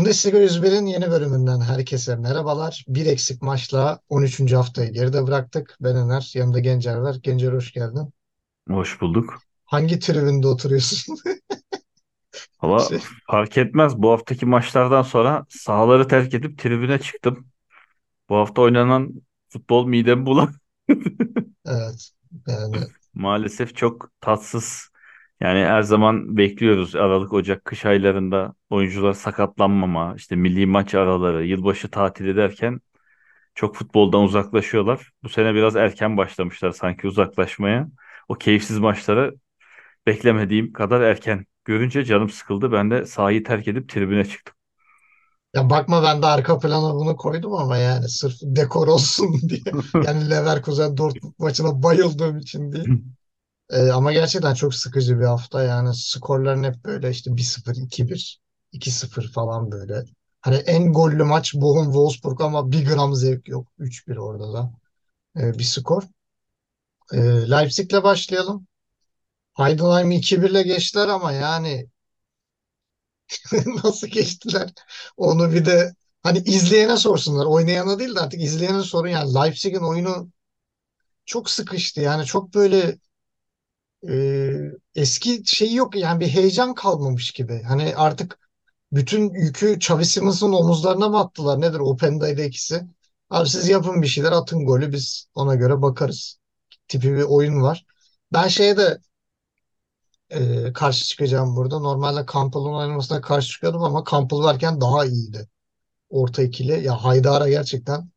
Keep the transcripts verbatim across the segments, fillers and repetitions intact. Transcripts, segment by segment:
Bundesliga yüz birin yeni bölümünden herkese merhabalar. Bir eksik maçla on üçüncü haftayı geride bıraktık. Ben Öner, yanımda Gencer var. Gencer hoş geldin. Hoş bulduk. Hangi tribünde oturuyorsun? Valla Şey, fark etmez. Bu haftaki maçlardan sonra sahaları terk edip tribüne çıktım. Bu hafta oynanan futbol midemi bulan evet. Yani maalesef çok tatsız. Yani her zaman bekliyoruz Aralık, Ocak, kış aylarında oyuncular sakatlanmama, işte milli maç araları, yılbaşı tatili derken çok futboldan uzaklaşıyorlar. Bu sene biraz erken başlamışlar sanki uzaklaşmaya. O keyifsiz maçları beklemediğim kadar erken görünce canım sıkıldı. Ben de sahayı terk edip tribüne çıktım. ya bakma, ben de arka plana bunu koydum ama yani sırf dekor olsun diye. Yani Leverkusen Dortmund maçına bayıldığım için değil. Ee, ama gerçekten çok sıkıcı bir hafta. Yani skorların hep böyle işte bir sıfır, iki bir, iki sıfır falan böyle. Hani en gollü maç Bochum-Wolfsburg ama bir gram zevk yok. üç bir orada da e, bir skor. E, Leipzig'le başlayalım. Heidenheim'i iki birle geçtiler ama yani nasıl geçtiler? Onu bir de hani izleyene sorsunlar. Oynayana değil de artık izleyene sorun. Yani Leipzig'in oyunu çok sıkıştı. Yani çok böyle e, eski şey yok. Yani bir heyecan kalmamış gibi. Hani artık bütün yükü Xavi Simons'un omuzlarına mı attılar? Nedir? Openda'ydı ikisi. Abi siz yapın bir şeyler, atın golü, biz ona göre bakarız tipi bir oyun var. Ben şeye de e, karşı çıkacağım burada. Normalde Campbell'ın oynamasına karşı çıkıyordum ama Campbell varken daha iyiydi. Orta ikili. Ya Haydar'a gerçekten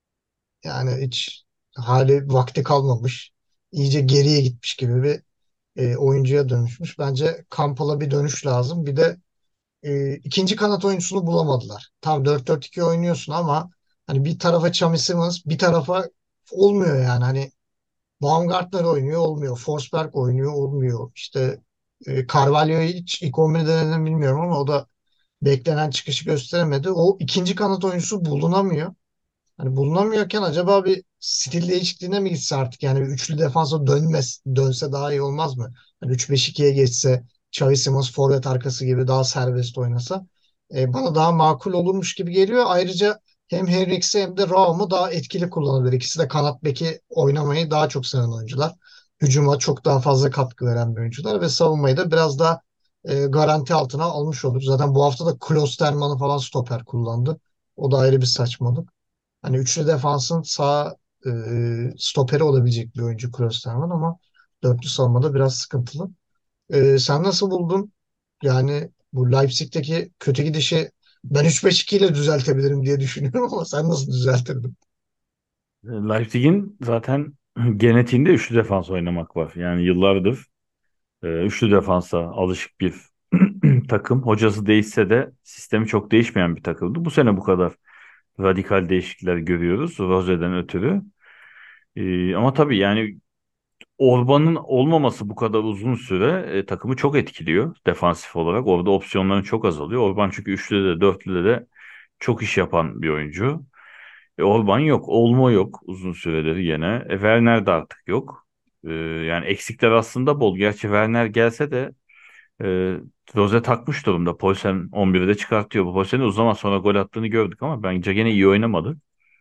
yani hiç hali vakti kalmamış. İyice geriye gitmiş gibi bir e, oyuncuya dönüşmüş. Bence Campbell'a bir dönüş lazım. Bir de e, ikinci kanat oyuncusunu bulamadılar. Tam dört dört iki oynuyorsun ama hani bir tarafa Xavi Simons, bir tarafa olmuyor yani. Hani Baumgartner oynuyor, olmuyor. Forsberg oynuyor, olmuyor. İşte e, Carvalho'yu hiç ilk on birde denedim bilmiyorum ama o da beklenen çıkışı gösteremedi. O ikinci kanat oyuncusu bulunamıyor. Hani bulunamıyorken acaba bir stil değişikliğine mi gitse artık? Yani bir üçlü defansa dönmez, dönse daha iyi olmaz mı? Hani üç beş ikiye geçse, Xavi Simons forvet arkası gibi daha serbest oynasa e, bana daha makul olurmuş gibi geliyor. Ayrıca hem Henriks'i hem de Raum'u daha etkili kullanabilir. İkisi de kanat beki oynamayı daha çok seven oyuncular. Hücuma çok daha fazla katkı veren bir oyuncular ve savunmayı da biraz daha e, garanti altına almış olur. Zaten bu hafta da Klosterman'ı falan stoper kullandı. O da ayrı bir saçmalık. Hani üçlü defansın sağ e, stoperi olabilecek bir oyuncu Klosterman ama dörtlü savunmada biraz sıkıntılı. E, sen nasıl buldun? Yani bu Leipzig'teki kötü gidişi ben üç beş iki ile düzeltebilirim diye düşünüyorum ama sen nasıl düzeltirdin? Leipzig'in zaten genetiğinde üçlü defans oynamak var. Yani yıllardır e, üçlü defansa alışık bir takım. Hocası değişse de sistemi çok değişmeyen bir takımdı. Bu sene bu kadar radikal değişiklikler görüyoruz Rose'den ötürü. E, ama tabii yani Orban'ın olmaması bu kadar uzun süre e, takımı çok etkiliyor defansif olarak. Orada opsiyonların çok azalıyor. Orban çünkü üçlüde de dörtlüde de çok iş yapan bir oyuncu. E, Orban yok. Olmo yok uzun süredir yine. E, Werner de artık yok. E, yani eksikler aslında bol. Gerçi Werner gelse de e, Rose takmış durumda. Poulsen on birde çıkartıyor. Bu Poulsen'in uzun zaman sonra gol attığını gördük ama bence gene iyi oynamadı.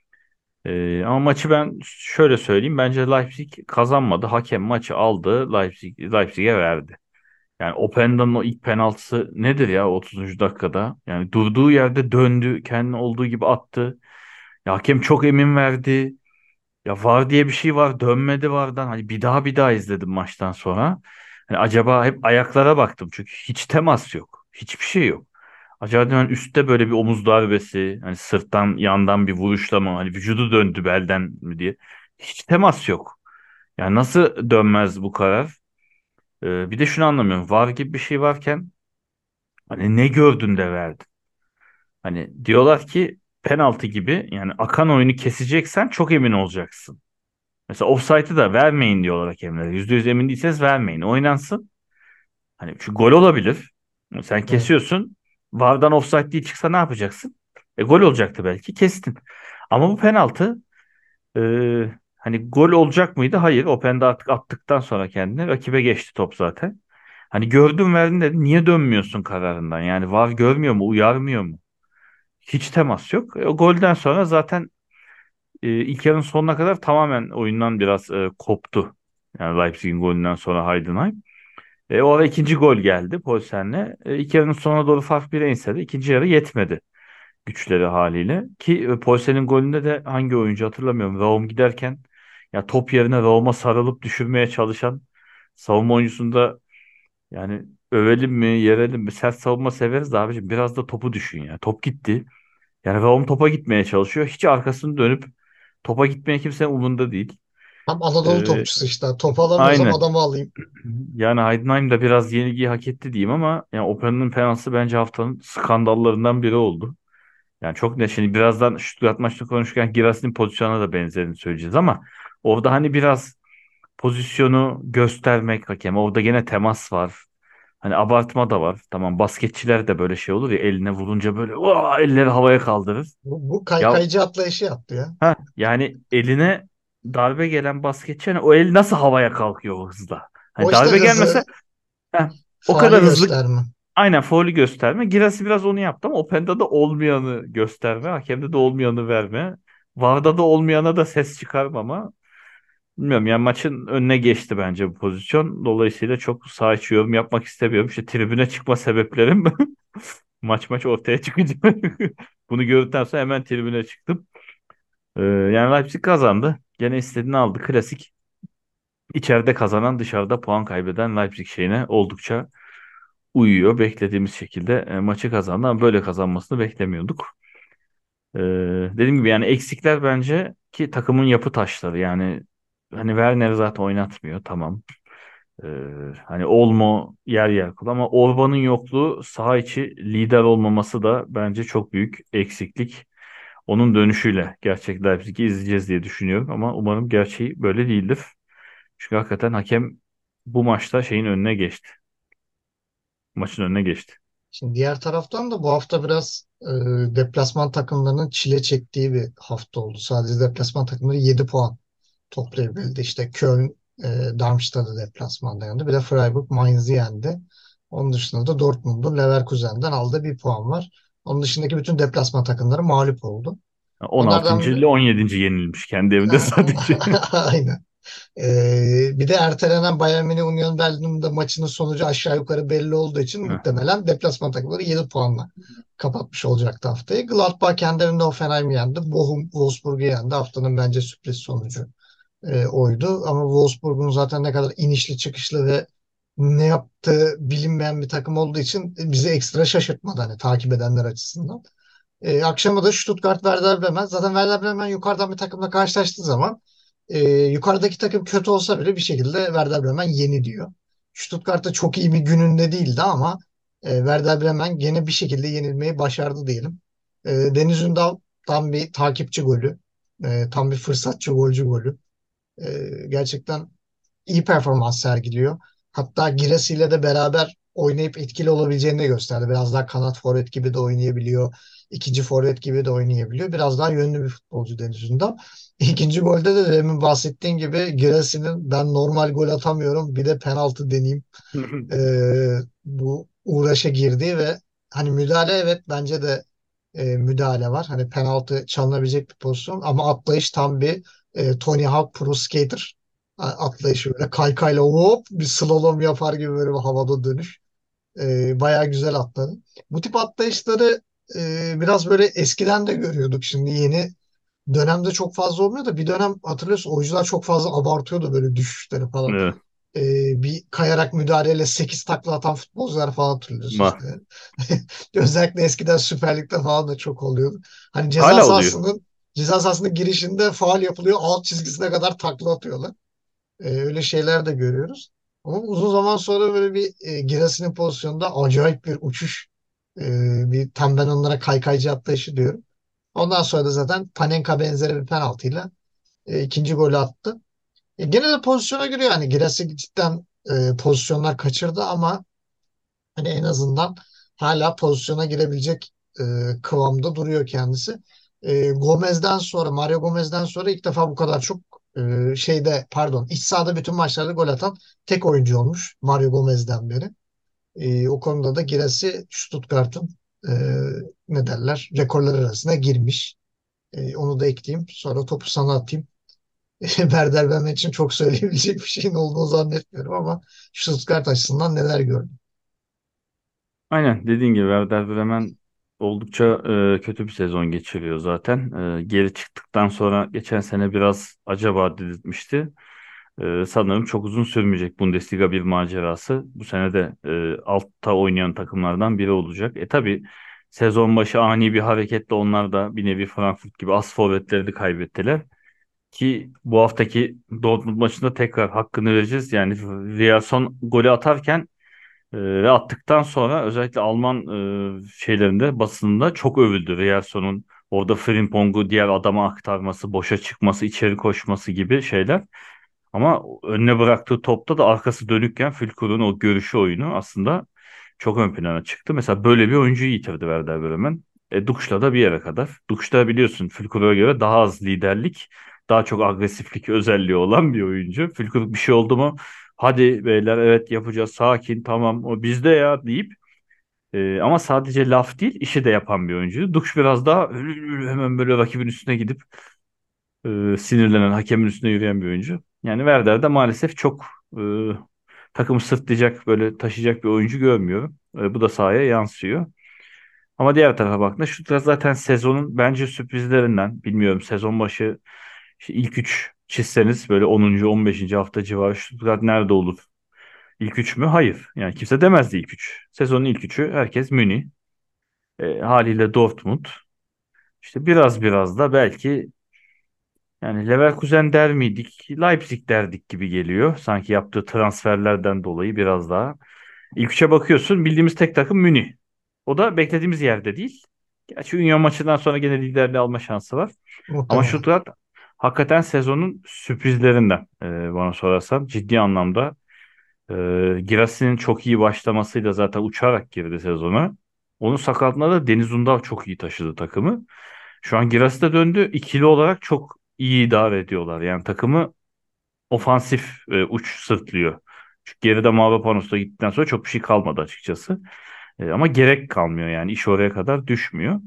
E, ama maçı ben şöyle söyleyeyim. Bence Leipzig kazanmadı. Hakem maçı aldı. Leipzig, Leipzig'e verdi. Yani Openda'nın o ilk penaltısı nedir ya otuzuncu dakikada? Yani durduğu yerde döndü. Kendini olduğu gibi attı. Ya hakem çok emin verdi. Ya VAR diye bir şey var. Dönmedi VAR'dan. Hani bir daha bir daha izledim maçtan sonra. Hani acaba hep ayaklara baktım. Çünkü hiç temas yok. Hiçbir şey yok. Acaba dedim hani üstte böyle bir omuz darbesi. Hani sırttan yandan bir vuruşla mı? Hani vücudu döndü belden mi diye. Hiç temas yok. Yani nasıl dönmez bu karar? Ee, bir de şunu anlamıyorum. VAR gibi bir şey varken hani ne gördün de verdin? Hani diyorlar ki penaltı gibi yani akan oyunu keseceksen çok emin olacaksın. Mesela offside'ı da vermeyin diyorlar hakemlere. Yüzde yüz emin değilseniz vermeyin. Oynansın. Hani şu gol olabilir. Sen Evet. kesiyorsun. VAR'dan offside değil çıksa ne yapacaksın? E gol olacaktı belki. Kestin. Ama bu penaltı e, hani gol olacak mıydı? Hayır. Openda artık attıktan sonra kendine rakibe geçti top zaten. Hani gördün verdin dedi. Niye dönmüyorsun kararından? Yani VAR görmüyor mu? Uyarmıyor mu? Hiç temas yok. E, o golden sonra zaten e, ilk yarının sonuna kadar tamamen oyundan biraz e, koptu. Yani Leipzig'in golünden sonra Heidenheim. E, o ara ikinci gol geldi Poulsen'le. E, ilk yarının sonuna doğru fark bire inse de ikinci yarı yetmedi güçleri haliyle. Ki e, Poulsen'in golünde de hangi oyuncu hatırlamıyorum. Raum giderken ya top yerine Raum'a sarılıp düşürmeye çalışan savunma oyuncusunda yani övelim mi yerelim mi sert savunma severiz de abicim biraz da topu düşün ya. Top gitti. Yani Raum topa gitmeye çalışıyor. Hiç arkasını dönüp topa gitmeye kimsenin umurunda değil. Tam Anadolu E, topçusu işte. Topu alamıyorsam aynen. adamı alayım. Yani Heidenheim da biraz yenilgiyi hak etti diyeyim ama yani Open'ın penaltısı bence haftanın skandallarından biri oldu. Yani çok net. Şimdi birazdan Stuttgart maçını konuşurken Girasinin pozisyonuna da benzerini söyleyeceğiz ama orada hani biraz pozisyonu göstermek hakem. Orada gene temas var. Hani abartma da var. Tamam basketçiler de böyle şey olur ya eline vurunca böyle "Vaa!" elleri havaya kaldırır. Bu, bu Ya kaykaycı atlayışı yaptı ya. ha yani eline darbe gelen basketçi hani o el nasıl havaya kalkıyor o hızla? O Hani işte darbe gelmese hızı, heh, o faali kadar hızlı gösterme. aynen faulü gösterme. Girasi biraz onu yaptı ama Openda'da olmayanı gösterme. Hakemde de olmayanı verme. VAR'da da olmayana da ses çıkarmama. Bilmiyorum yani maçın önüne geçti bence bu pozisyon. Dolayısıyla çok saha içi yorum yapmak istemiyorum. İşte tribüne çıkma sebeplerim maç maç ortaya çıkınca bunu gördükten sonra hemen tribüne çıktım. Ee, yani Leipzig kazandı. Gene istediğini aldı. Klasik içeride kazanan dışarıda puan kaybeden Leipzig şeyine oldukça uyuyor. Beklediğimiz şekilde e, maçı kazandı ama böyle kazanmasını beklemiyorduk. Ee, dediğim gibi yani eksikler bence ki takımın yapı taşları yani hani Werner zaten oynatmıyor tamam. Ee, hani Olmo yer yer kul ama Orban'ın yokluğu saha içi lider olmaması da bence çok büyük eksiklik. Onun dönüşüyle gerçek Leipzig'i izleyeceğiz diye düşünüyorum ama umarım gerçeği böyle değildir. Çünkü hakikaten hakem bu maçta şeyin önüne geçti. Maçın önüne geçti. Şimdi diğer taraftan da bu hafta biraz e, deplasman takımlarının çile çektiği bir hafta oldu. Sadece deplasman takımları yedi puan toplayabildi. İşte Köln, e, Darmstadt'ı deplasmanda yendi. Bir de Freiburg Mainz'ı yendi. Onun dışında da Dortmund'un Leverkusen'den aldığı bir puan var. Onun dışındaki bütün deplasman takımları mağlup oldu. on altıncı Onlardan bir... ile on yedinci yenilmiş kendi evinde sadece. Aynen. Ee, bir de ertelenen Bayern Münih Union Berlin'in maçının sonucu aşağı yukarı belli olduğu için muhtemelen deplasman takımları yedi puanla kapatmış olacaktı haftayı. Gladbach kendi evinde Hoffenheim'i yendi. Bochum Wolfsburg'u yendi. Haftanın bence sürpriz sonucu e, oydu. Ama Wolfsburg'un zaten ne kadar inişli çıkışlı ve ne yaptığı bilinmeyen bir takım olduğu için bizi ekstra şaşırtmadı hani takip edenler açısından. E, akşama da Stuttgart Werder Bremen. Zaten Werder Bremen yukarıdan bir takımla karşılaştığı zaman e, yukarıdaki takım kötü olsa bile bir şekilde Werder Bremen yeni diyor. Stuttgart'ta çok iyi bir gününde değildi ama e, Werder Bremen gene bir şekilde yenilmeyi başardı diyelim. E, Deniz Ündal tam bir takipçi golü. E, tam bir fırsatçı golcü golü. E, gerçekten iyi performans sergiliyor. Hatta Giresi ile de beraber oynayıp etkili olabileceğini de gösterdi. Biraz daha kanat forvet gibi de oynayabiliyor. İkinci forvet gibi de oynayabiliyor. Biraz daha yönlü bir futbolcu Deniz Ündal. İkinci golde de demin bahsettiğin gibi Giresi'nin ben normal gol atamıyorum bir de penaltı deneyeyim. Ee, bu uğraşa girdi ve hani müdahale evet bence de e, müdahale var. Hani penaltı çalınabilecek bir pozisyon ama atlayış tam bir e, Tony Hawk Pro Skater A- atlayışı böyle kaykayla hop bir slalom yapar gibi böyle bir havada dönüş. E, bayağı güzel atladı. Bu tip atlayışları e, biraz böyle eskiden de görüyorduk. Şimdi yeni dönemde çok fazla olmuyor da bir dönem hatırlıyorsun oyuncular çok fazla abartıyordu böyle düşüşleri falan. Evet. E, bir kayarak müdahaleyle sekiz takla atan futbolcular falan hatırlıyorsun Ma. işte. Özellikle eskiden Süper Lig'de falan da çok oluyordu. Hani ceza Hala oluyor. sahasının ceza sahasının girişinde faul yapılıyor. Alt çizgisine kadar takla atıyorlar. E, öyle şeyler de görüyoruz. Ama uzun zaman sonra böyle bir e, Girasinin pozisyonunda acayip bir uçuş. E, bir tam ben onlara kaykaycı atlayışı diyorum. Ondan sonra da zaten Panenka benzeri bir penaltıyla e, ikinci golü attı. E, gene de pozisyona giriyor. Yani Girasi cidden e, pozisyonlar kaçırdı ama hani en azından hala pozisyona girebilecek e, kıvamda duruyor kendisi. E, Gomez'den sonra, Mario Gomez'den sonra ilk defa bu kadar çok e, şeyde pardon iç sahada bütün maçlarda gol atan tek oyuncu olmuş Mario Gomez'den beri. E, o konuda da Girasi Stuttgart'ın e, ne derler, rekorlar arasına girmiş. E, onu da ekleyeyim. Sonra topu sana atayım. Werder Bremen için çok söyleyebilecek bir şeyin olduğunu zannetmiyorum ama Stuttgart açısından neler gördüm. Aynen dediğin gibi Werder Bremen oldukça e, kötü bir sezon geçiriyor zaten. E, geri çıktıktan sonra geçen sene biraz acaba dedirtmişti. E, sanırım çok uzun sürmeyecek Bundesliga bir macerası. Bu sene de e, altta oynayan takımlardan biri olacak. E tabii sezon başı ani bir hareketle onlar da bir nevi Frankfurt gibi az forvetleri kaybettiler. Ki bu haftaki Dortmund maçında tekrar hakkını vereceğiz. Yani Riyerson golü atarken ee, ve attıktan sonra özellikle Alman e, şeylerinde basınında çok övüldü. Riyerso'nun orada Frimpong'u diğer adama aktarması, boşa çıkması, içeri koşması gibi şeyler. Ama önüne bıraktığı topta da arkası dönükken Fülkur'un o görüşü oyunu aslında çok ön plana çıktı. Mesela böyle bir oyuncuyu yitirdi Werder Bremen. E, Dukş'la da bir yere kadar. Dukş'ta biliyorsun Fülkur'a göre daha az liderlik, daha çok agresiflik özelliği olan bir oyuncu. Fülkur bir şey oldu mu? Hadi beyler evet yapacağız sakin tamam o bizde ya deyip e, ama sadece laf değil işi de yapan bir oyuncu. Dukş biraz daha hemen böyle rakibin üstüne gidip e, sinirlenen hakemin üstüne yürüyen bir oyuncu. Yani Werder'de maalesef çok e, takımı sırtlayacak böyle taşıyacak bir oyuncu görmüyorum. E, bu da sahaya yansıyor. Ama diğer tarafa baktığında Stuttgart zaten sezonun bence sürprizlerinden bilmiyorum sezon başı işte ilk üç çizseniz böyle onuncu. on beşinci hafta civarı Stuttgart nerede olur? İlk üç mü? Hayır. Yani kimse demezdi ilk üç. Sezonun ilk üçü herkes Münih. E, haliyle Dortmund. İşte biraz biraz da belki yani Leverkusen der miydik? Leipzig derdik gibi geliyor. Sanki yaptığı transferlerden dolayı biraz daha. İlk üçe bakıyorsun bildiğimiz tek takım Münih. O da beklediğimiz yerde değil. Gerçi Union maçından sonra gene liderliği alma şansı var. Ama Muhtemelen. Stuttgart hakikaten sezonun sürprizlerinden e, bana sorarsan. Ciddi anlamda e, Girassi'nin çok iyi başlamasıyla zaten uçarak girdi sezona. Onun sakatlığında da Deniz Undar çok iyi taşıdı takımı. Şu an Girassi de döndü. İkili olarak çok iyi idare ediyorlar. Yani takımı ofansif e, uç sırtlıyor. Çünkü geride Mavropanos'ta gittikten sonra çok bir şey kalmadı açıkçası. E, ama gerek kalmıyor yani iş oraya kadar düşmüyor.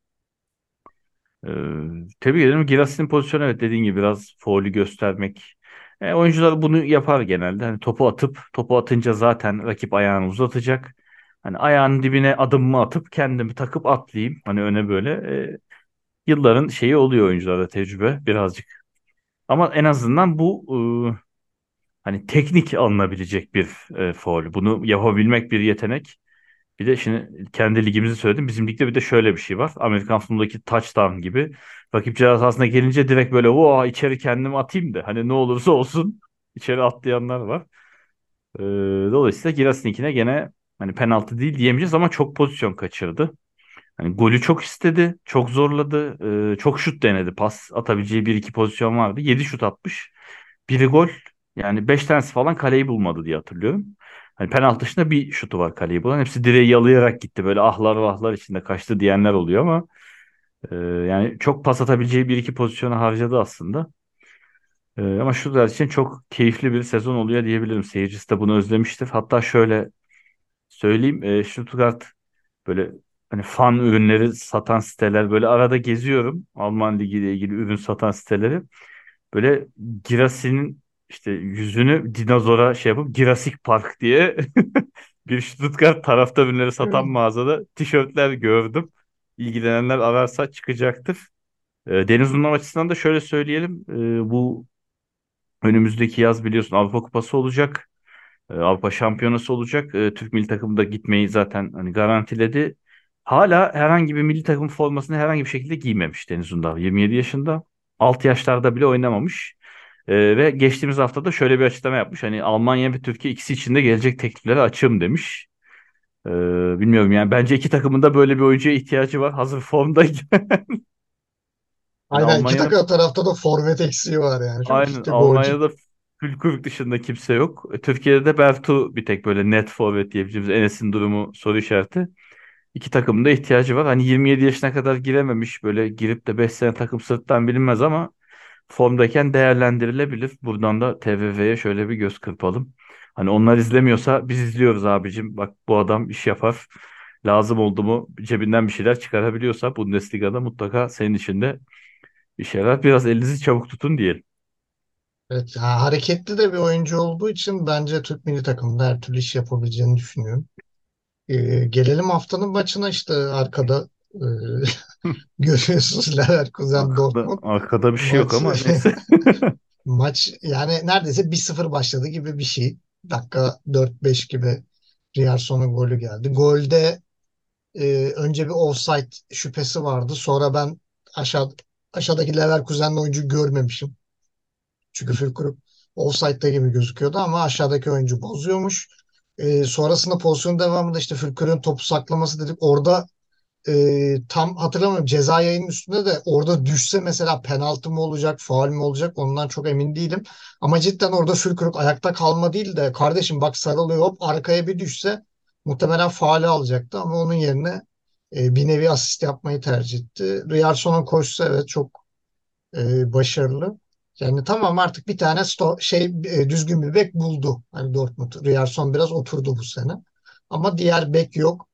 E, Tebrik ederim. Girassi'nin pozisyonu evet dediğin gibi biraz faulü göstermek. E, oyuncular bunu yapar genelde. Hani topu atıp topu atınca zaten rakip ayağını uzatacak. Hani ayağının dibine adımımı atıp kendimi takıp atlayayım. Hani öne böyle. E, yılların şeyi oluyor oyuncularda tecrübe birazcık. Ama en azından bu e, hani teknik alınabilecek bir e, faul. Bunu yapabilmek bir yetenek. Bir de şimdi kendi ligimizi söyledim. Bizim ligde bir de şöyle bir şey var. Amerikan futbolundaki touchdown gibi. Rakip ceza sahasına gelince direkt böyle o içeri kendimi atayım da hani ne olursa olsun içeri atlayanlar var. Ee, dolayısıyla Girasininkine gene hani penaltı değil diyemeyeceğiz ama çok pozisyon kaçırdı. Hani golü çok istedi, çok zorladı, ee, çok şut denedi. Pas atabileceği bir iki pozisyon vardı. Yedi şut atmış. Biri gol. Yani beş tanesi falan kaleyi bulmadı diye hatırlıyorum. Hani penaltı dışında bir şutu var kaleyi bulan. Hepsi direği yalayarak gitti. Böyle ahlar vahlar içinde kaçtı diyenler oluyor ama e, yani çok pas atabileceği bir iki pozisyonu harcadı aslında. E, ama şutlar için çok keyifli bir sezon oluyor diyebilirim. Seyircisi de bunu özlemiştir. Hatta şöyle söyleyeyim. E, Stuttgart böyle hani fan ürünleri satan siteler böyle arada geziyorum. Alman Ligi ile ilgili ürün satan siteleri. Böyle Girassi'nin işte yüzünü dinozora şey yapıp Jurassic Park diye bir Stuttgart taraftar ürünleri satan mağazada tişörtler gördüm. İlgilenenler ararsa çıkacaktır. E, Deniz Unlam açısından da şöyle söyleyelim. E, bu önümüzdeki yaz biliyorsun Avrupa Kupası olacak. E, Avrupa Şampiyonası olacak. E, Türk milli takımı da gitmeyi zaten hani garantiledi. Hala herhangi bir milli takım formasını herhangi bir şekilde giymemiş Deniz Undar. yirmi yedi yaşında. altı yaşlarda bile oynamamış. E, ve geçtiğimiz hafta da şöyle bir açıklama yapmış. Hani Almanya ve Türkiye ikisi için de gelecek tekliflere açığım demiş. E, bilmiyorum yani bence iki takımın da böyle bir oyuncuya ihtiyacı var. Hazır formdayken. Hani Aynen, iki Almanya'nın takım tarafta da forvet eksiği var yani. Çok aynen ciddi golcü. Almanya'da Fülkürk dışında kimse yok. E, Türkiye'de de Bertu bir tek böyle net forvet diyebileceğimiz Enes'in durumu soru işareti. İki takımın da ihtiyacı var. Hani yirmi yedi yaşına kadar girememiş böyle girip de beş sene takım sırttan bilinmez ama formdayken değerlendirilebilir. Buradan da T F F'ye şöyle bir göz kırpalım. Hani onlar izlemiyorsa biz izliyoruz abicim. Bak bu adam iş yapar. lazım oldu mu cebinden bir şeyler çıkarabiliyorsa Bundesliga'da mutlaka senin için de bir şeyler. Biraz elinizi çabuk tutun diyelim. Evet, ha, hareketli de bir oyuncu olduğu için bence Türk milli takımında her türlü iş yapabileceğini düşünüyorum. Ee, gelelim haftanın maçına işte arkada e, görüyorsunuz Leverkusen Arkada, Dortmund. arkada bir şey yok Maç ama neyse. maç yani neredeyse bir sıfır başladı gibi bir şey. Dakika dört beş gibi Riyerson golü geldi. Golde e, önce bir offside şüphesi vardı. Sonra ben aşağı aşağıdaki Leverkusen'li oyuncuyu görmemişim. Çünkü Füllkrug offside'da gibi gözüküyordu ama aşağıdaki oyuncu bozuyormuş. E, sonrasında pozisyon devamında işte Füllkrug'un topu saklaması dedik. Orada e, tam hatırlamıyorum, ceza yayının üstünde de orada düşse mesela penaltı mı olacak, faul mü olacak ondan çok emin değilim. Ama cidden orada Füllkrug ayakta kalma değil de kardeşim bak sarılıyor hop arkaya bir düşse muhtemelen faulü alacaktı ama onun yerine e, bir nevi asist yapmayı tercih etti. Riyardson'un koşusu evet çok e, başarılı. Yani tamam artık bir tane sto şey e, düzgün bir bek buldu. Hani Dortmund. Ryerson biraz oturdu bu sene. Ama diğer bek yok.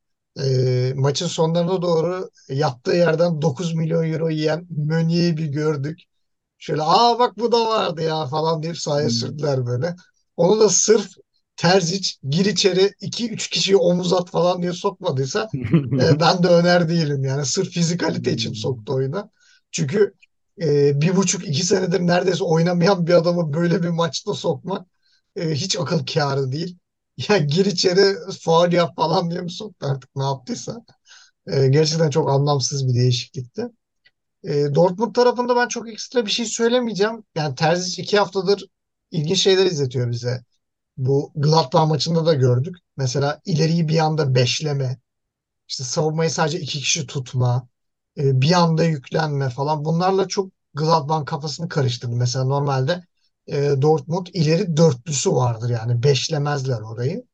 E, maçın sonlarına doğru yattığı yerden dokuz milyon euro yiyen Meunier'i bir gördük. Şöyle aa bak bu da vardı ya falan deyip sahaya sürdüler böyle. Onu da sırf Terzic gir içeri iki üç kişiyi omuz at falan diye sokmadıysa e, ben de öner değilim. Yani sırf fizikalite için soktu oyuna. Çünkü e, bir buçuk iki senedir neredeyse oynamayan bir adamı böyle bir maçta sokmak e, hiç akıl kârı değil. Ya gir içeri faul yap falan diye mi soktu artık ne yaptıysa. E, gerçekten çok anlamsız bir değişiklikti. E, Dortmund tarafında ben çok ekstra bir şey söylemeyeceğim. Yani Terzic iki haftadır ilginç şeyler izletiyor bize. Bu Gladbach maçında da gördük. Mesela ileriyi bir anda beşleme, işte savunmayı sadece iki kişi tutma, e, bir anda yüklenme falan. Bunlarla çok Gladbach'ın kafasını karıştırdı. Mesela normalde e, Dortmund ileri dörtlüsü vardır yani beşlemezler orayı.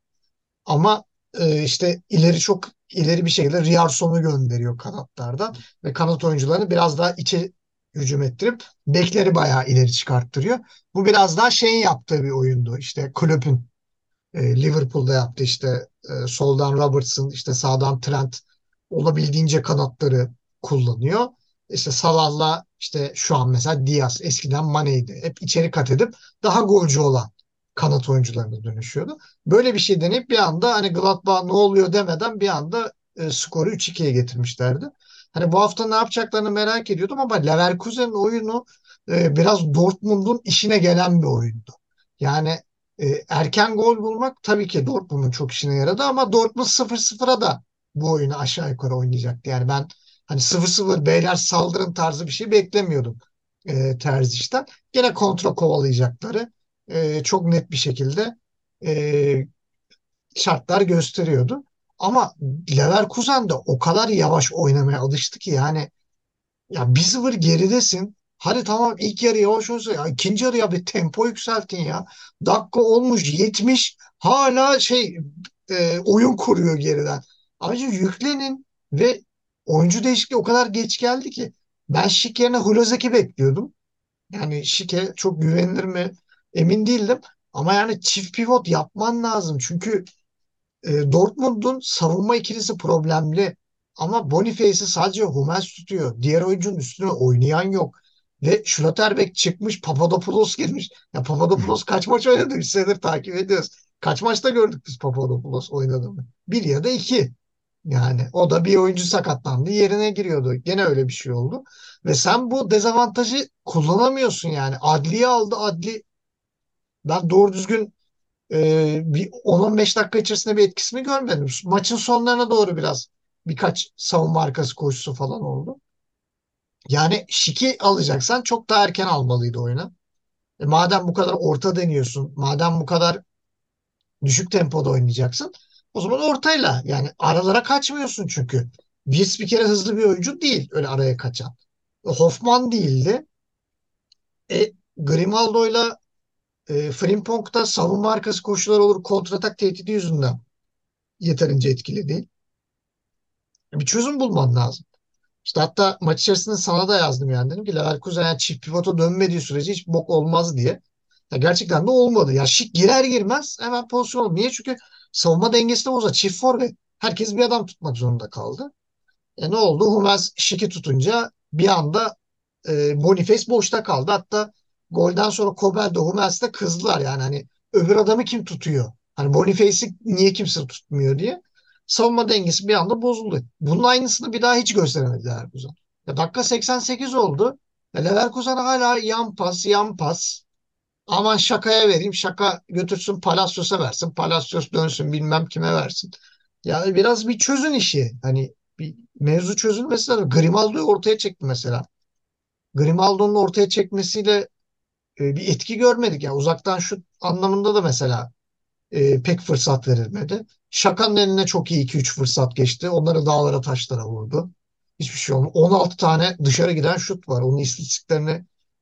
Ama e, işte ileri çok ileri bir şekilde Riyardson'u gönderiyor kanatlardan ve kanat oyuncularını biraz daha içe hücum ettirip bekleri bayağı ileri çıkarttırıyor. Bu biraz daha şeyin yaptığı bir oyundu. İşte Klopp'un e, Liverpool'da yaptı işte e, soldan Robertson işte sağdan Trent olabildiğince kanatları kullanıyor. İşte Salah'la işte şu an mesela Diaz eskiden Mane'ydi. Hep içeri kat edip daha golcü olan kanat oyuncularına dönüşüyordu. Böyle bir şey deneyip bir anda hani Gladbach ne oluyor demeden bir anda e, skoru üç ikiye getirmişlerdi. Hani bu hafta ne yapacaklarını merak ediyordum ama Leverkusen'in oyunu e, biraz Dortmund'un işine gelen bir oyundu. Yani e, erken gol bulmak tabii ki Dortmund'un çok işine yaradı ama Dortmund sıfır sıfıra da bu oyunu aşağı yukarı oynayacaktı. Yani ben hani sıfır sıfır beyler saldırın tarzı bir şey beklemiyordum e, Terzic'ten. Gene kontra kovalayacakları e, çok net bir şekilde e, şartlar gösteriyordu. Ama Leverkusen de o kadar yavaş oynamaya alıştı ki yani ya bir sıfır geridesin. Hadi tamam ilk yarı yavaş olsa ya ikinci yarıya bir tempo yükseltin ya. Dakika olmuş yetmiş hala şey e, oyun kuruyor geriden. Ayrıca yüklenin ve oyuncu değişikliği o kadar geç geldi ki ben Şik yerine Hulozek'i bekliyordum. Yani Şik'e çok güvenilir mi emin değildim. Ama yani çift pivot yapman lazım. Çünkü e, Dortmund'un savunma ikilisi problemli. Ama Boniface'i sadece Hummels tutuyor. Diğer oyuncunun üstüne oynayan yok. Ve Schlotterbeck çıkmış, Papadopoulos girmiş. Ya Papadopoulos kaç maç oynadı? Üç senedir takip ediyoruz. Kaç maçta gördük biz Papadopoulos oynadığını? Bir ya da iki. Yani o da bir oyuncu sakatlandı, yerine giriyordu. Gene öyle bir şey oldu. Ve sen bu dezavantajı kullanamıyorsun yani. Adli'yi aldı, Adli. Ben doğru düzgün ee, bir on on beş dakika içerisinde bir etkisini görmedim. Maçın sonlarına doğru biraz birkaç savunma arkası koşusu falan oldu. Yani Şik'i alacaksan çok daha erken almalıydı oyuna. E, madem bu kadar orta deniyorsun, madem bu kadar düşük tempoda oynayacaksın, o zaman ortayla yani aralara kaçmıyorsun çünkü. Wirtz bir kere hızlı bir oyuncu değil öyle araya kaçan. E, Hoffman değildi. E, Grimaldo'yla e, Frimpong'da savunma arkası koşular olur kontratak tehdidi yüzünden yeterince etkili değil. Bir çözüm bulman lazım. İşte hatta maç içerisinde sana da yazdım yani. Dedim ki Leverkusen yani çift pivota dönmediği sürece hiç bok olmaz diye. Ya gerçekten de olmadı. Ya Şik girer girmez hemen pozisyon oldu. Niye? Çünkü savunma dengesi de bozar. Çift forvet. Herkes bir adam tutmak zorunda kaldı. E ne oldu? Hummels şiki tutunca bir anda e, Boniface boşta kaldı. Hatta golden sonra Kobel de Hummels de kızdılar yani hani öbür adamı kim tutuyor? Hani Boniface'i niye kimse tutmuyor diye. Savunma dengesi bir anda bozuldu. Bunun aynısını bir daha hiç gösteremedi Leverkusen. Ya dakika seksen sekiz oldu. Ya Leverkusen hala yan pas, yan pas. Aman şakaya vereyim. Şaka götürsün Palacios'a versin. Palacios dönsün bilmem kime versin. Ya biraz bir çözün işi. Hani bir mevzu çözülmesi lazım. Grimaldo'yu ortaya çekti mesela. Grimaldo'nun ortaya çekmesiyle e, bir etki görmedik. Yani uzaktan şut anlamında da mesela e, pek fırsat verilmedi. Şaka'nın eline çok iyi iki üç fırsat geçti. Onları dağlara taşlara vurdu. Hiçbir şey olmadı. on altı tane dışarı giden şut var. Onun istatistiklerini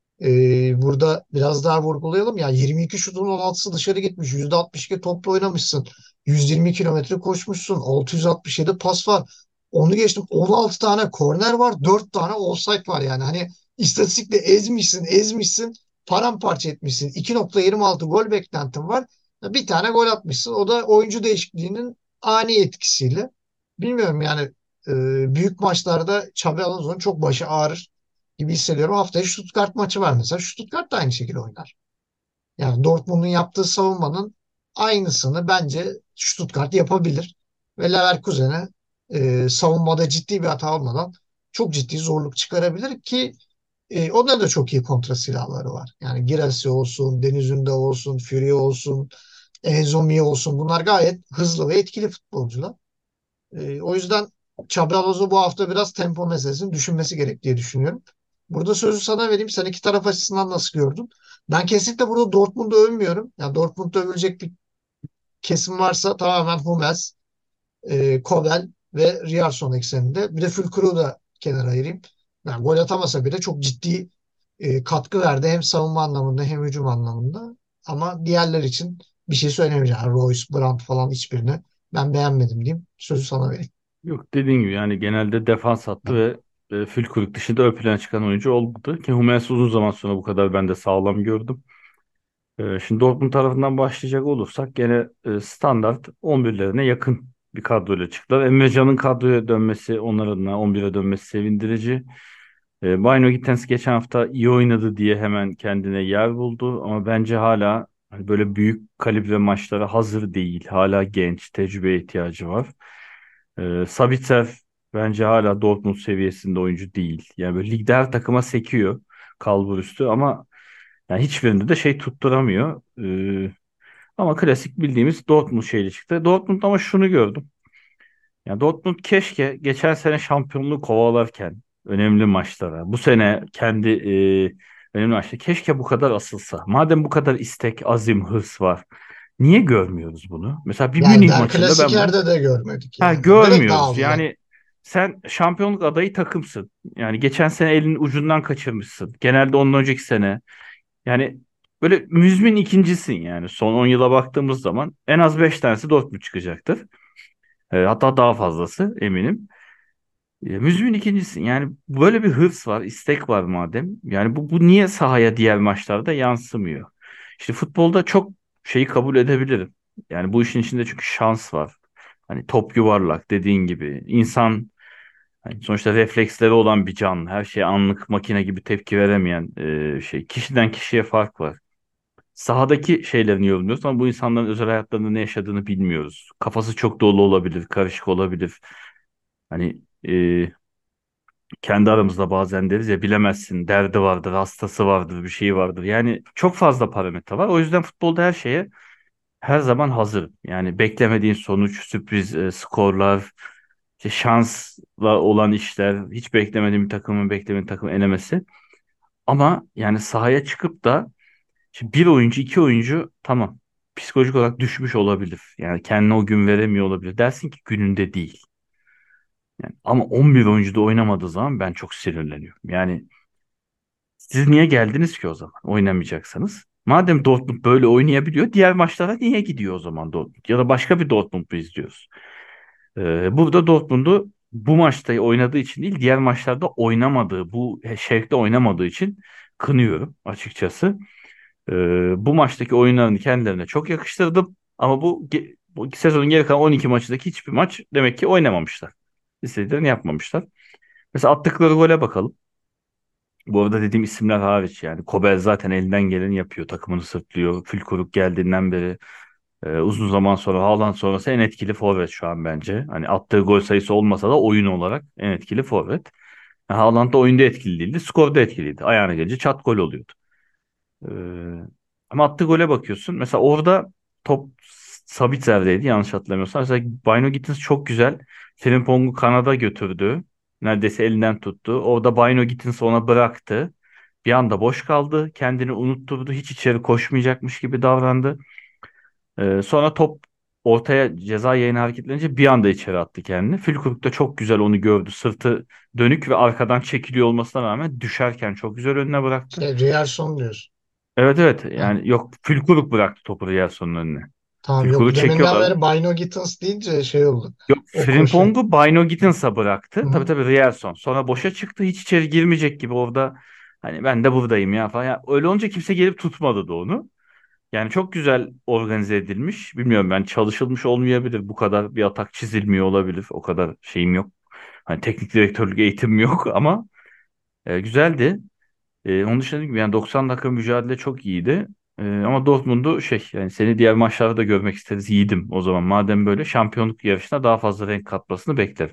ee, burada biraz daha vurgulayalım. Ya yirmi iki şutun on altısı dışarı gitmiş. yüzde altmış iki topla oynamışsın. yüz yirmi kilometre koşmuşsun. altı yüz altmış yedi pas var. Onu geçtim. on altı tane korner var. dört tane offside var yani. Hani istatistikle ezmişsin, ezmişsin. Paramparça etmişsin. iki nokta yirmi altı gol beklentin var. Bir tane gol atmışsın. O da oyuncu değişikliğinin ani etkisiyle. Bilmiyorum yani e, büyük maçlarda Xabi Alonso'nun çok başı ağrır gibi hissediyorum. Haftaya Stuttgart maçı var mesela. Stuttgart da aynı şekilde oynar. Yani Dortmund'un yaptığı savunmanın aynısını bence Stuttgart yapabilir. Ve Leverkusen'e e, savunmada ciddi bir hata olmadan çok ciddi zorluk çıkarabilir ki e, onların da çok iyi kontra silahları var. Yani Girassi olsun, Deniz Ünder olsun, Fury olsun, Enzo Mia olsun. Bunlar gayet hızlı ve etkili futbolcular. E, o yüzden Xabi Alonso bu hafta biraz tempo meselesini düşünmesi gerek diye düşünüyorum. Burada sözü sana vereyim. Sen iki taraf açısından nasıl gördün? Ben kesinlikle burada Dortmund'u övmüyorum. Yani Dortmund'da övülecek bir kesim varsa tamamen Hummels, e, Kobel ve Ryerson ekseninde. Bir de Fülkrug'u da kenara ayırayım. Yani gol atamasa bile çok ciddi e, katkı verdi. Hem savunma anlamında hem hücum anlamında. Ama diğerler için bir şey söylemeyeceğim. Yani Royce, Brandt falan hiçbirini ben beğenmedim diyeyim. Sözü sana vereyim. Yok, dediğin gibi yani genelde defans hattı ve e, Fülkrug dışında ön plana çıkan oyuncu olmadı ki Hummels uzun zaman sonra bu kadar ben de sağlam gördüm. E, şimdi Dortmund tarafından başlayacak olursak gene e, standart on birlerine yakın bir kadroyla çıktılar. Emre Can'ın kadroya dönmesi, onlar adına on bire dönmesi sevindirici. E, Bino Gittens geçen hafta iyi oynadı diye hemen kendine yer buldu ama bence hala hani böyle büyük kalibre maçlara hazır değil. Hala genç, tecrübeye ihtiyacı var. E, Sabitzer bence hala Dortmund seviyesinde oyuncu değil. Yani böyle ligde her takıma sekiyor kalbur üstü ama yani hiçbirinde de şey tutturamıyor. E, ama klasik bildiğimiz Dortmund şeyle çıktı. Dortmund ama şunu gördüm. Ya Dortmund keşke geçen sene şampiyonluğu kovalarken önemli maçlara, bu sene kendi e, önemli maçta keşke bu kadar asılsa. Madem bu kadar istek, azim, hırs var. Niye görmüyoruz bunu? Mesela bir Yani Münih Der maçında ben bunu Klassiker'de de görmedik ha, yani. Direkt görmüyoruz. dağıldılar. Yani sen şampiyonluk adayı takımsın. Yani geçen sene elinin ucundan kaçırmışsın. Genelde ondan önceki sene. Yani böyle müzmin ikincisin yani. Son on yıla baktığımız zaman en az beş tanesi Dortmund çıkacaktır. E, hatta daha fazlası eminim. E, müzmin ikincisin. Yani böyle bir hırs var, istek var madem. Yani bu, bu niye sahaya diğer maçlarda yansımıyor? İşte futbolda çok şeyi kabul edebilirim. Yani bu işin içinde çünkü şans var. Hani top yuvarlak dediğin gibi. İnsan hani sonuçta refleksleri olan bir canlı. Her şeye anlık makine gibi tepki veremeyen e, şey. Kişiden kişiye fark var. Sahadaki şeylerini yorumluyoruz ama bu insanların özel hayatlarında ne yaşadığını bilmiyoruz. Kafası çok dolu olabilir, karışık olabilir. Hani e, kendi aramızda bazen deriz ya bilemezsin derdi vardır, hastası vardır, bir şeyi vardır. Yani çok fazla parametre var. O yüzden futbolda her şeye her zaman hazır. Yani beklemediğin sonuç, sürpriz e, skorlar, işte şansla olan işler, hiç beklemediğin bir takımın beklemediğin takım elemesi. Ama yani sahaya çıkıp da şimdi bir oyuncu, iki oyuncu tamam psikolojik olarak düşmüş olabilir. Yani kendine o gün veremiyor olabilir. Dersin ki gününde değil. Yani ama on bir oyuncu da oynamadığı zaman ben çok sinirleniyorum. Yani siz niye geldiniz ki o zaman oynamayacaksanız? Madem Dortmund böyle oynayabiliyor, diğer maçlara niye gidiyor o zaman Dortmund? Ya da başka bir Dortmund mu izliyoruz? Ee, burada Dortmund'u bu maçta oynadığı için değil, diğer maçlarda oynamadığı, bu şevkte oynamadığı için kınıyorum açıkçası. Ee, bu maçtaki oyunlarını kendilerine çok yakıştırdım. Ama bu ge- Bu sezonun geri kalan on iki maçındaki hiçbir maç demek ki oynamamışlar. İstediklerini yapmamışlar. Mesela attıkları gole bakalım. Bu arada dediğim isimler hariç yani. Kobel zaten elinden geleni yapıyor. Takımını sırtlıyor. Fülkuruk geldiğinden beri e, uzun zaman sonra Haaland sonrası en etkili forvet şu an bence. Hani attığı gol sayısı olmasa da oyun olarak en etkili forvet. Yani Haaland da oyunda etkili değildi. Skorda etkiliydi. Ayağına gelince çat gol oluyordu. Ee, Ama attığı gole bakıyorsun. Mesela orada top Sabitzer'deydi yanlış hatırlamıyorsam. Mesela Bino Gittins çok güzel. Frimpong'u kanada götürdü. Neredeyse elinden tuttu. Orada Bino Gittins ona bıraktı. Bir anda boş kaldı. Kendini unutturdu. Hiç içeri koşmayacakmış gibi davrandı. Ee, sonra top ortaya ceza yayını hareketlenince bir anda içeri attı kendini. Fülkürük de çok güzel onu gördü. Sırtı dönük ve arkadan çekiliyor olmasına rağmen düşerken çok güzel önüne bıraktı. Şey, Riyerson diyorsun. Evet evet Heh, yani yok Fülkuruk bıraktı topu Riyelson'un önüne. tamam, yok. Fülkuruk Deminden çekiyorlardı. beri Bino Gittins deyince şey oldu. Yok O koşu. Frimpong'u Bino Gittins'a bıraktı. Tabii Hı. tabii Rielson. Sonra boşa çıktı. Hiç içeri girmeyecek gibi orada. Hani ben de buradayım ya falan. Ya öyle olunca kimse gelip tutmadı da onu. Yani çok güzel organize edilmiş. Bilmiyorum ben çalışılmış olmayabilir. Bu kadar bir atak çizilmiyor olabilir. O kadar şeyim yok. Hani teknik direktörlük eğitimim yok ama e, güzeldi. E, onun dışında dediğim gibi yani doksan dakika mücadele çok iyiydi. E, ama Dortmund'u şey yani seni diğer maçlarda da görmek isteriz yiğidim o zaman. Madem böyle şampiyonluk yarışına daha fazla renk katmasını beklerim.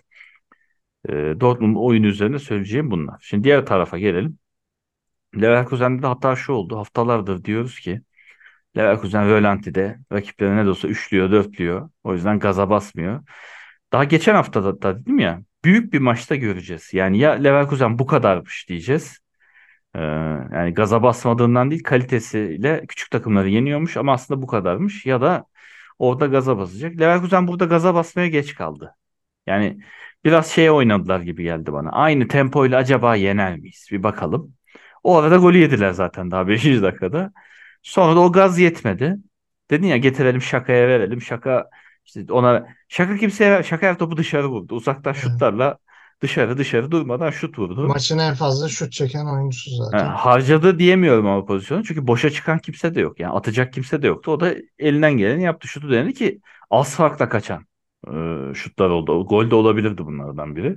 E, Dortmund oyunu üzerine söyleyeceğim bunlar. Şimdi diğer tarafa gelelim. Leverkusen'de de hata şu oldu. Haftalardır diyoruz ki Leverkusen rölanti'de rakiplerine ne de olsa üçlüyor, dörtlüyor. O yüzden gaza basmıyor. Daha geçen hafta da, da dedim ya büyük bir maçta göreceğiz. Yani ya Leverkusen bu kadarmış diyeceğiz. Ee, Yani gaza basmadığından değil kalitesiyle küçük takımları yeniyormuş ama aslında bu kadarmış. Ya da orada gaza basacak. Leverkusen burada gaza basmaya geç kaldı. Yani biraz şeye oynadılar gibi geldi bana. Aynı tempoyla acaba yener miyiz? Bir bakalım. O arada golü yediler zaten daha beşinci dakikada. Sonra da o gaz yetmedi. Dedin ya getirelim Şaka'ya verelim. Şaka işte ona Şaka kimseye ver. Şaka her topu dışarı vurdu. Uzaktan Evet. şutlarla dışarı dışarı durmadan şut vurdu. Maçın en fazla şut çeken oyuncusu Ha, zaten. harcadı diyemiyorum ama pozisyonu. Çünkü boşa çıkan kimse de yok. Yani atacak kimse de yoktu. O da elinden geleni yaptı. Şutu denedi ki az farkla kaçan e, şutlar oldu. O gol de olabilirdi bunlardan biri.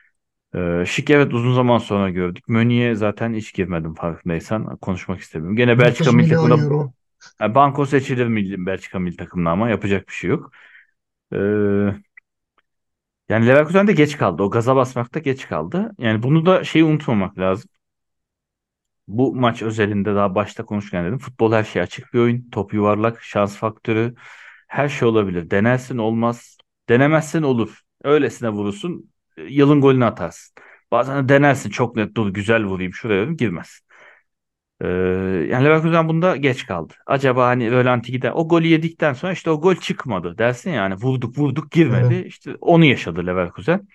E, Şik evet uzun zaman sonra gördük. Meunier zaten hiç girmedim farkındaysan. Konuşmak istemiyorum. Gene Belçika dokuz milli milyon takımına euro. yani banko seçilir milli, Belçika milli takımına ama yapacak bir şey yok. E, Yani Leverkusen de geç kaldı. O gaza basmakta geç kaldı. Yani bunu da şeyi unutmamak lazım. Bu maç özelinde daha başta konuşurken dedim. Futbol her şey açık bir oyun. Top yuvarlak, şans faktörü. Her şey olabilir. Denersin olmaz. Denemezsin olur. Öylesine vurursun. Yılın golünü atarsın. Bazen de denersin çok net dur güzel vurayım şuraya dedim girmez. Ee, Yani Leverkusen bunda geç kaldı. Acaba hani rölanti gider. O golü yedikten sonra işte o gol çıkmadı dersin ya hani vurduk vurduk girmedi. Evet. İşte onu yaşadı Leverkusen.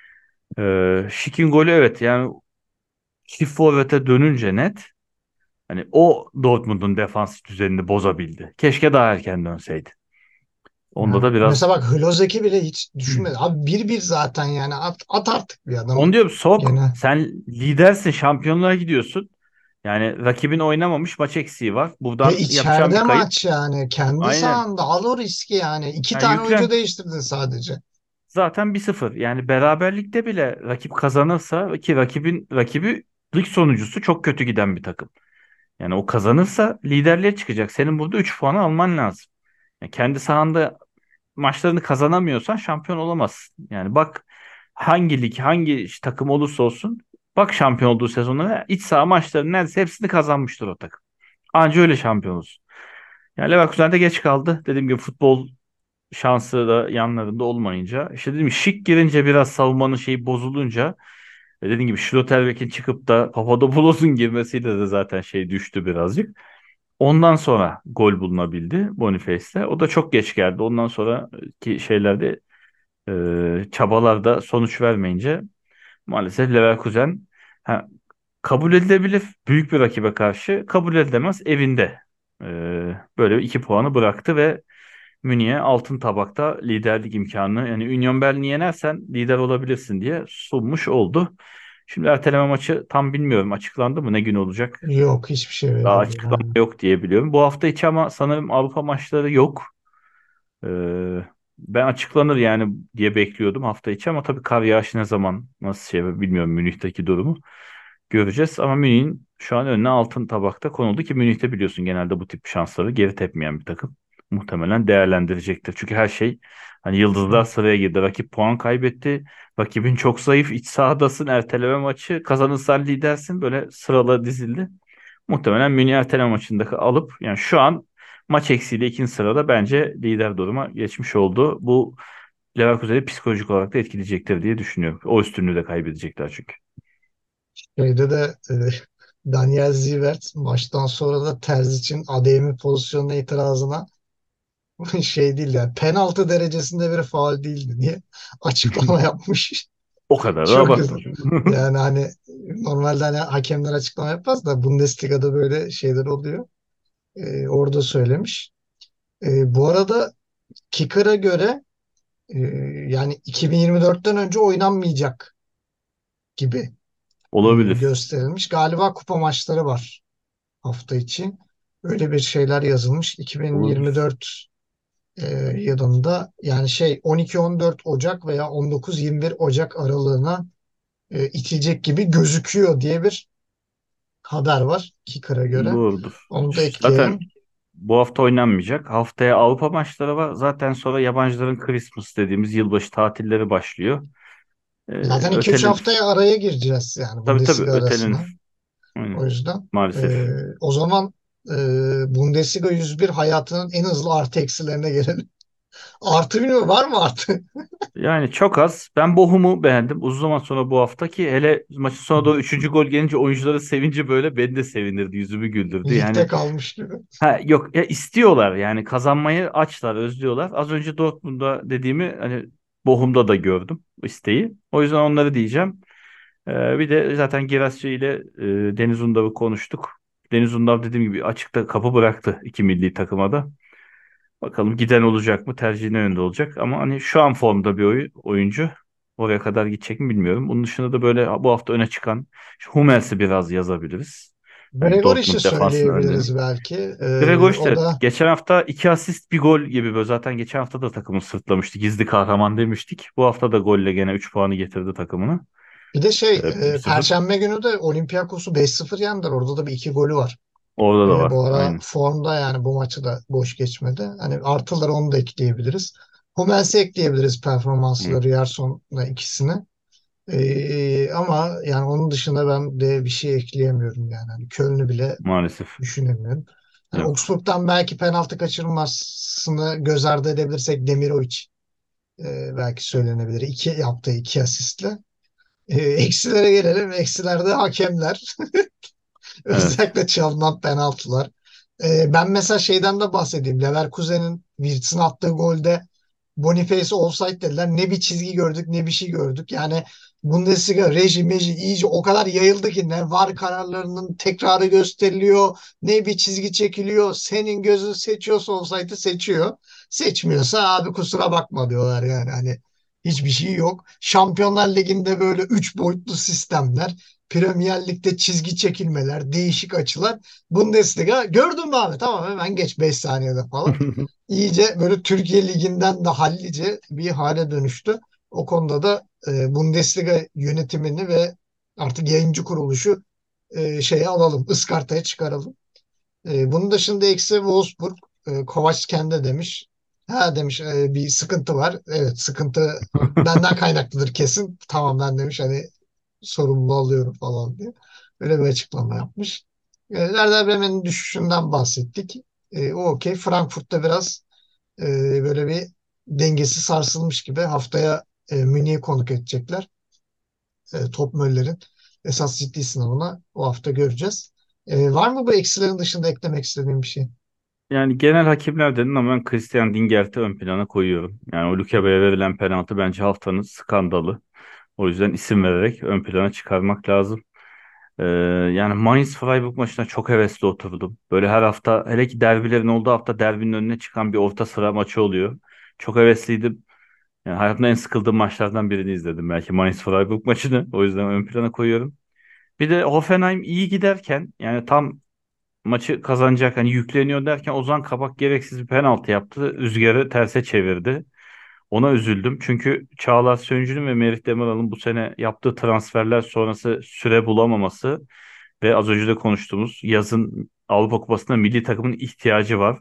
Ee, Şik'in golü evet yani çift forvete dönünce net hani o Dortmund'un defans düzenini bozabildi. Keşke daha erken dönseydi. Onda Yani da biraz mesela bak, Hlozek'i bile hiç düşünmedi. Abi bir bir zaten yani at, at artık bir onu adamı diyorum sok. gene. Sen lidersin, şampiyonluğa gidiyorsun. Yani rakibin oynamamış maç eksiği var. Ve Buradan yapacağım bir içeride kayıp. maç yani. Kendi Aynen. sahanda al o riski yani. İki Yani tane oyuncu yüklen. değiştirdin sadece. Zaten bir sıfır. Yani beraberlikte bile rakip kazanırsa ki rakibin rakibi lig sonuncusu çok kötü giden bir takım. Yani o kazanırsa liderliğe çıkacak. Senin burada üç puanı alman lazım. Yani kendi sahanda maçlarını kazanamıyorsan şampiyon olamazsın. Yani bak hangi lig, hangi takım olursa olsun bak şampiyon olduğu sezonlara iç saha maçlarının neredeyse hepsini kazanmıştır o takım. Anca öyle şampiyon olsun. Yani Leverkusen de geç kaldı. Dediğim gibi futbol şansı da yanlarında olmayınca. İşte dedim şık girince biraz savunmanın şeyi bozulunca ve dediğim gibi Schlotterbeck'in çıkıp da Papadopoulos'un girmesiyle de zaten şey düştü birazcık. Ondan sonra gol bulunabildi Boniface'te. O da çok geç geldi. Ondan sonraki şeylerde e, çabalarda sonuç vermeyince maalesef Leverkusen ha, kabul edilebilir büyük bir rakibe karşı kabul edilemez evinde. E, Böyle iki puanı bıraktı ve Münih'e altın tabakta liderlik imkanı yani Union Berlin'i yenersen lider olabilirsin diye sunmuş oldu. Şimdi erteleme maçı tam bilmiyorum açıklandı mı ne gün olacak? Yok, hiçbir şey Daha belli değil. açıklama Yani. yok diye biliyorum. Bu hafta içi ama sanırım Avrupa maçları yok. Ee, Ben açıklanır yani diye bekliyordum hafta içi ama tabii kar yağışı ne zaman nasıl şey bilmiyorum Münih'teki durumu göreceğiz. Ama Münih'in şu an önüne altın tabakta konuldu ki Münih'te biliyorsun genelde bu tip şansları geri tepmeyen bir takım. Muhtemelen değerlendirecektir. Çünkü her şey hani yıldızlar sıraya girdi. Rakip puan kaybetti. Rakibin çok zayıf iç sahadasın. Erteleme maçı kazanırsan lidersin. Böyle sıralar dizildi. Muhtemelen Münih erteleme maçındaki alıp yani şu an maç eksiğiyle ikinci sırada bence lider duruma geçmiş oldu. Bu Leverkusen'i psikolojik olarak da etkileyecektir diye düşünüyorum. O üstünlüğü de kaybedecekler çünkü. Şeyde de e, Daniel Zivert maçtan sonra da Terzic'in Adeyemi pozisyonuna itirazına şey değil yani penaltı derecesinde bir faul değildi diye açıklama yapmış. O kadar da Çok güzel. abartma. Yani hani normalde hani hakemler açıklama yapmaz da Bundesliga'da böyle şeyler oluyor. E, orada söylemiş. E, bu arada Kicker'a göre e, yani iki bin yirmi dörtten önce oynanmayacak gibi e, Olabilir. gösterilmiş. Galiba kupa maçları var hafta içi. Öyle bir şeyler yazılmış. Olabilir. iki bin yirmi dört e, yılında yani şey on iki on dört Ocak veya on dokuz yirmi bir Ocak aralığına e, itilecek gibi gözüküyor diye bir haber var Kicker'a göre. Doğrudur. Onu da Zaten ekleyelim. bu hafta oynanmayacak. Haftaya Avrupa maçları var. Zaten sonra yabancıların Christmas dediğimiz yılbaşı tatilleri başlıyor. Ee, Zaten iki üç ötelenir. haftaya araya gireceğiz yani Tabii tabii Bundesliga arasına. ötelenir. Aynen. O yüzden e, Maalesef. o zaman e, Bundesliga yüz bir hayatının en hızlı artı eksilerine gelelim. Artı bilmiyorum var mı artı? Yani çok az. Ben Bochum'u beğendim. Uzun zaman sonra bu hafta ki hele maçın sonuna doğru üçüncü gol gelince oyuncuların sevinci böyle beni de sevindirdi. Yüzümü güldürdü. Ligde Yani kalmış gibi. ha, yok ya istiyorlar yani kazanmayı açlar, özlüyorlar. Az önce Dortmund'da dediğimi hani Bochum'da da gördüm isteği. O yüzden onları diyeceğim. Ee, bir de zaten Girassi ile e, Deniz Undav'ı konuştuk. Deniz Undav dediğim gibi açıkta kapı bıraktı iki milli takıma da. Bakalım giden olacak mı? Tercihi ne yönde olacak? Ama hani şu an formda bir oy- oyuncu. Oraya kadar gidecek mi bilmiyorum. Bunun dışında da böyle bu hafta öne çıkan şu Hummels'i biraz yazabiliriz. Hani Gregor işi Dortmund defansını söyleyebiliriz önlerini. belki. Ee, Gregoritsch o de da geçen hafta iki asist bir gol gibi böyle zaten geçen hafta da takımı sırtlamıştı. Gizli kahraman demiştik. Bu hafta da golle gene üç puanı getirdi takımına. bir de şey Ee, e, bir sıfır. Perşembe günü de Olympiakos'u beş sıfır yendiler. Orada da bir iki golü var. Orada da E, var. bu ara Aynen. formda yani bu maçı da boş geçmedi. Hani artıları onu da ekleyebiliriz. Hummels'i ekleyebiliriz Hı, performansları Yerson'la ikisini. E, ama yani onun dışında ben de bir şey ekleyemiyorum yani. Hani Köln'ü bile maalesef. düşünemiyorum. Yani Yok. Augsburg'dan belki penaltı kaçırmasını göz ardı edebilirsek Demirovic e, belki söylenebilir. İki yaptığı iki asistle. E, eksilere gelelim. Eksilerde hakemler. Evet. Özellikle çalınan penaltılar. Ee, ben mesela şeyden de bahsedeyim. Leverkusen'in Wirtz'in attığı golde Boniface offside dediler. Ne bir çizgi gördük ne bir şey gördük. Yani Bundesliga reji meji iyice o kadar yayıldı ki ne VAR kararlarının tekrarı gösteriliyor ne bir çizgi çekiliyor. Senin gözün seçiyorsa offside'ı seçiyor. Seçmiyorsa abi kusura bakma diyorlar yani. Hani hiçbir şey yok. Şampiyonlar Ligi'nde böyle üç boyutlu sistemler. Premier Lig'de çizgi çekilmeler, değişik açılar. Bundesliga gördün mü abi? Tamam hemen geç beş saniyede falan. İyice böyle Türkiye Ligi'nden de hallice bir hale dönüştü. O konuda da e, Bundesliga yönetimini ve artık yayıncı kuruluşu e, şeye alalım, ıskartaya çıkaralım. E, bunun dışında eksi Wolfsburg, e, Kovac kendi demiş. Ha demiş e, bir sıkıntı var. Evet sıkıntı benden kaynaklıdır kesin. Tamam ben demiş hani sorumlu alıyorum falan diye. Öyle bir açıklama yapmış. E, Werder Bremen'in düşüşünden bahsettik. E, o okey. Frankfurt'ta biraz e, böyle bir dengesi sarsılmış gibi haftaya e, Münih'i konuk edecekler. E, Topmöller'in esas ciddi sınavına o hafta göreceğiz. E, var mı bu eksilerin dışında eklemek istediğim bir şey? Yani genel hakemler dedin ama ben Christian Dingert'i ön plana koyuyorum. Yani o Lukeba'ya verilen penaltı bence haftanın skandalı. O yüzden isim vererek ön plana çıkarmak lazım. Ee, Yani Mainz-Freiburg maçına çok hevesli oturdum. Böyle her hafta hele ki derbilerin olduğu hafta derbinin önüne çıkan bir orta sıra maçı oluyor. Çok hevesliydim. Yani hayatımda en sıkıldığım maçlardan birini izledim belki Mainz-Freiburg maçını. O yüzden ön plana koyuyorum. Bir de Hoffenheim iyi giderken yani tam maçı kazanacak hani yükleniyor derken Ozan Kabak gereksiz bir penaltı yaptı. Rüzgarı terse çevirdi. Ona üzüldüm. Çünkü Çağlar Söyüncü'nün ve Merih Demiral'ın bu sene yaptığı transferler sonrası süre bulamaması ve az önce de konuştuğumuz yazın Avrupa Kupası'nda milli takımın ihtiyacı var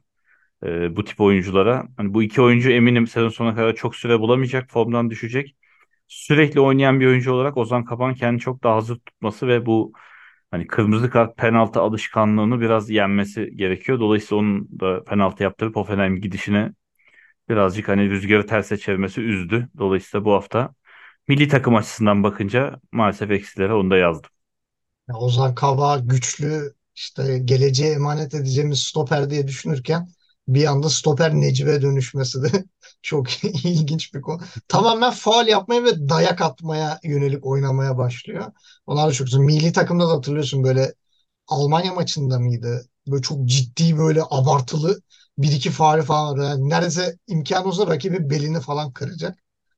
e, bu tip oyunculara. Hani bu iki oyuncu eminim sezon sonuna kadar çok süre bulamayacak, formdan düşecek. Sürekli oynayan bir oyuncu olarak Ozan Kabak'ın kendini çok daha hazır tutması ve bu hani kırmızı kart penaltı alışkanlığını biraz yenmesi gerekiyor. Dolayısıyla onun da penaltı yaptırıp Hoffenheim gidişine birazcık hani rüzgarı terse çevirmesi üzdü. Dolayısıyla bu hafta milli takım açısından bakınca maalesef eksilere onu da yazdım. Ya Ozan Kabak güçlü, işte geleceğe emanet edeceğimiz stoper diye düşünürken bir anda stoper Necip'e dönüşmesi de çok ilginç bir konu. Tamamen faul yapmaya ve dayak atmaya yönelik oynamaya başlıyor. Onlar da çok güzel. Milli takımda da hatırlıyorsun, böyle Almanya maçında mıydı? Böyle çok ciddi, böyle abartılı bir iki faul falan var. Yani neredeyse imkan olsa rakibi belini falan kıracak.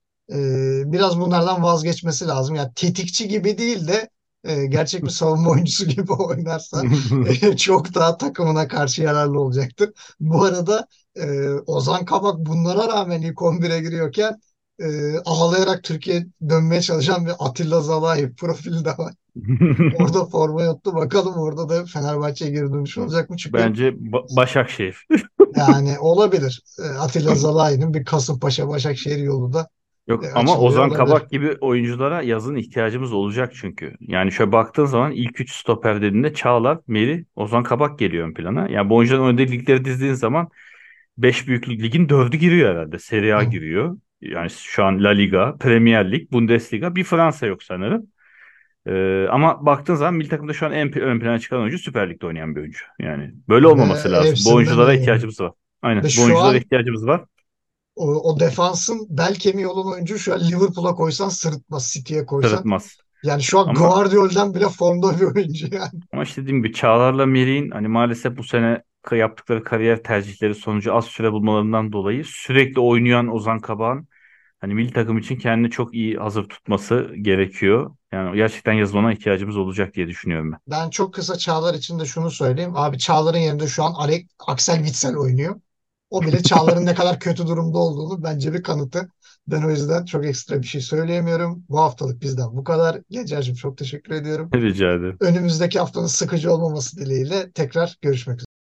Ee, biraz bunlardan vazgeçmesi lazım. Yani tetikçi gibi değil de e, gerçek bir savunma oyuncusu gibi oynarsa e, çok daha takımına karşı yararlı olacaktır. Bu arada e, Ozan Kabak bunlara rağmen ilk on bire giriyorken e, ağlayarak Türkiye dönmeye çalışan bir Atilla Zalai profili de var. Orada forma yoktu. Bakalım orada da Fenerbahçe'ye geri dönüş olacak mı? Çünkü Bence Ba- Başakşehir. yani olabilir. E, Atilla Zalai'nin bir Kasımpaşa Başakşehir yolu da e, Yok ama açılıyor Ozan olabilir. Kabak gibi oyunculara yazın ihtiyacımız olacak çünkü. Yani şöyle baktığın zaman ilk üç stoper dediğinde Çağlar, Merih, Ozan Kabak geliyor ön plana. Yani bu oyuncuların oynadığı ligleri dizdiğin zaman beş büyük lig- ligin dördü giriyor herhalde. Serie A Hı. giriyor. Yani şu an La Liga, Premier Lig, Bundesliga, bir Fransa yok sanırım. Ee, ama baktığın zaman milli takımda şu an en ön plana çıkan oyuncu Süper Lig'de oynayan bir oyuncu. Yani böyle olmaması Ve lazım. Bu hepsinden oyunculara oynuyor. ihtiyacımız var. Aynen. Ve Bu şu oyunculara an ihtiyacımız var. o, o defansın bel kemiği olan oyuncu şu an Liverpool'a koysan sırıtmaz, City'ye koysan. Sırıtmaz. Yani şu an Ama Guardiola'dan bile formda bir oyuncu yani. ama işte dediğim gibi Çağlar'la Merih'in hani maalesef bu sene k- yaptıkları kariyer tercihleri sonucu az süre bulmalarından dolayı sürekli oynayan Ozan Kabak'ın hani milli takım için kendini çok iyi hazır tutması gerekiyor. Yani gerçekten yazın ona ihtiyacımız olacak diye düşünüyorum ben. Ben çok kısa Çağlar için de şunu söyleyeyim. Abi Çağlar'ın yerinde şu an Ale Axel Witsel oynuyor. O bile Çağlar'ın ne kadar kötü durumda olduğunu bence bir kanıtı. Ben o yüzden çok ekstra bir şey söyleyemiyorum. Bu haftalık bizden bu kadar. Gencer'cim çok teşekkür ediyorum. Rica ederim. Önümüzdeki haftanın sıkıcı olmaması dileğiyle tekrar görüşmek üzere.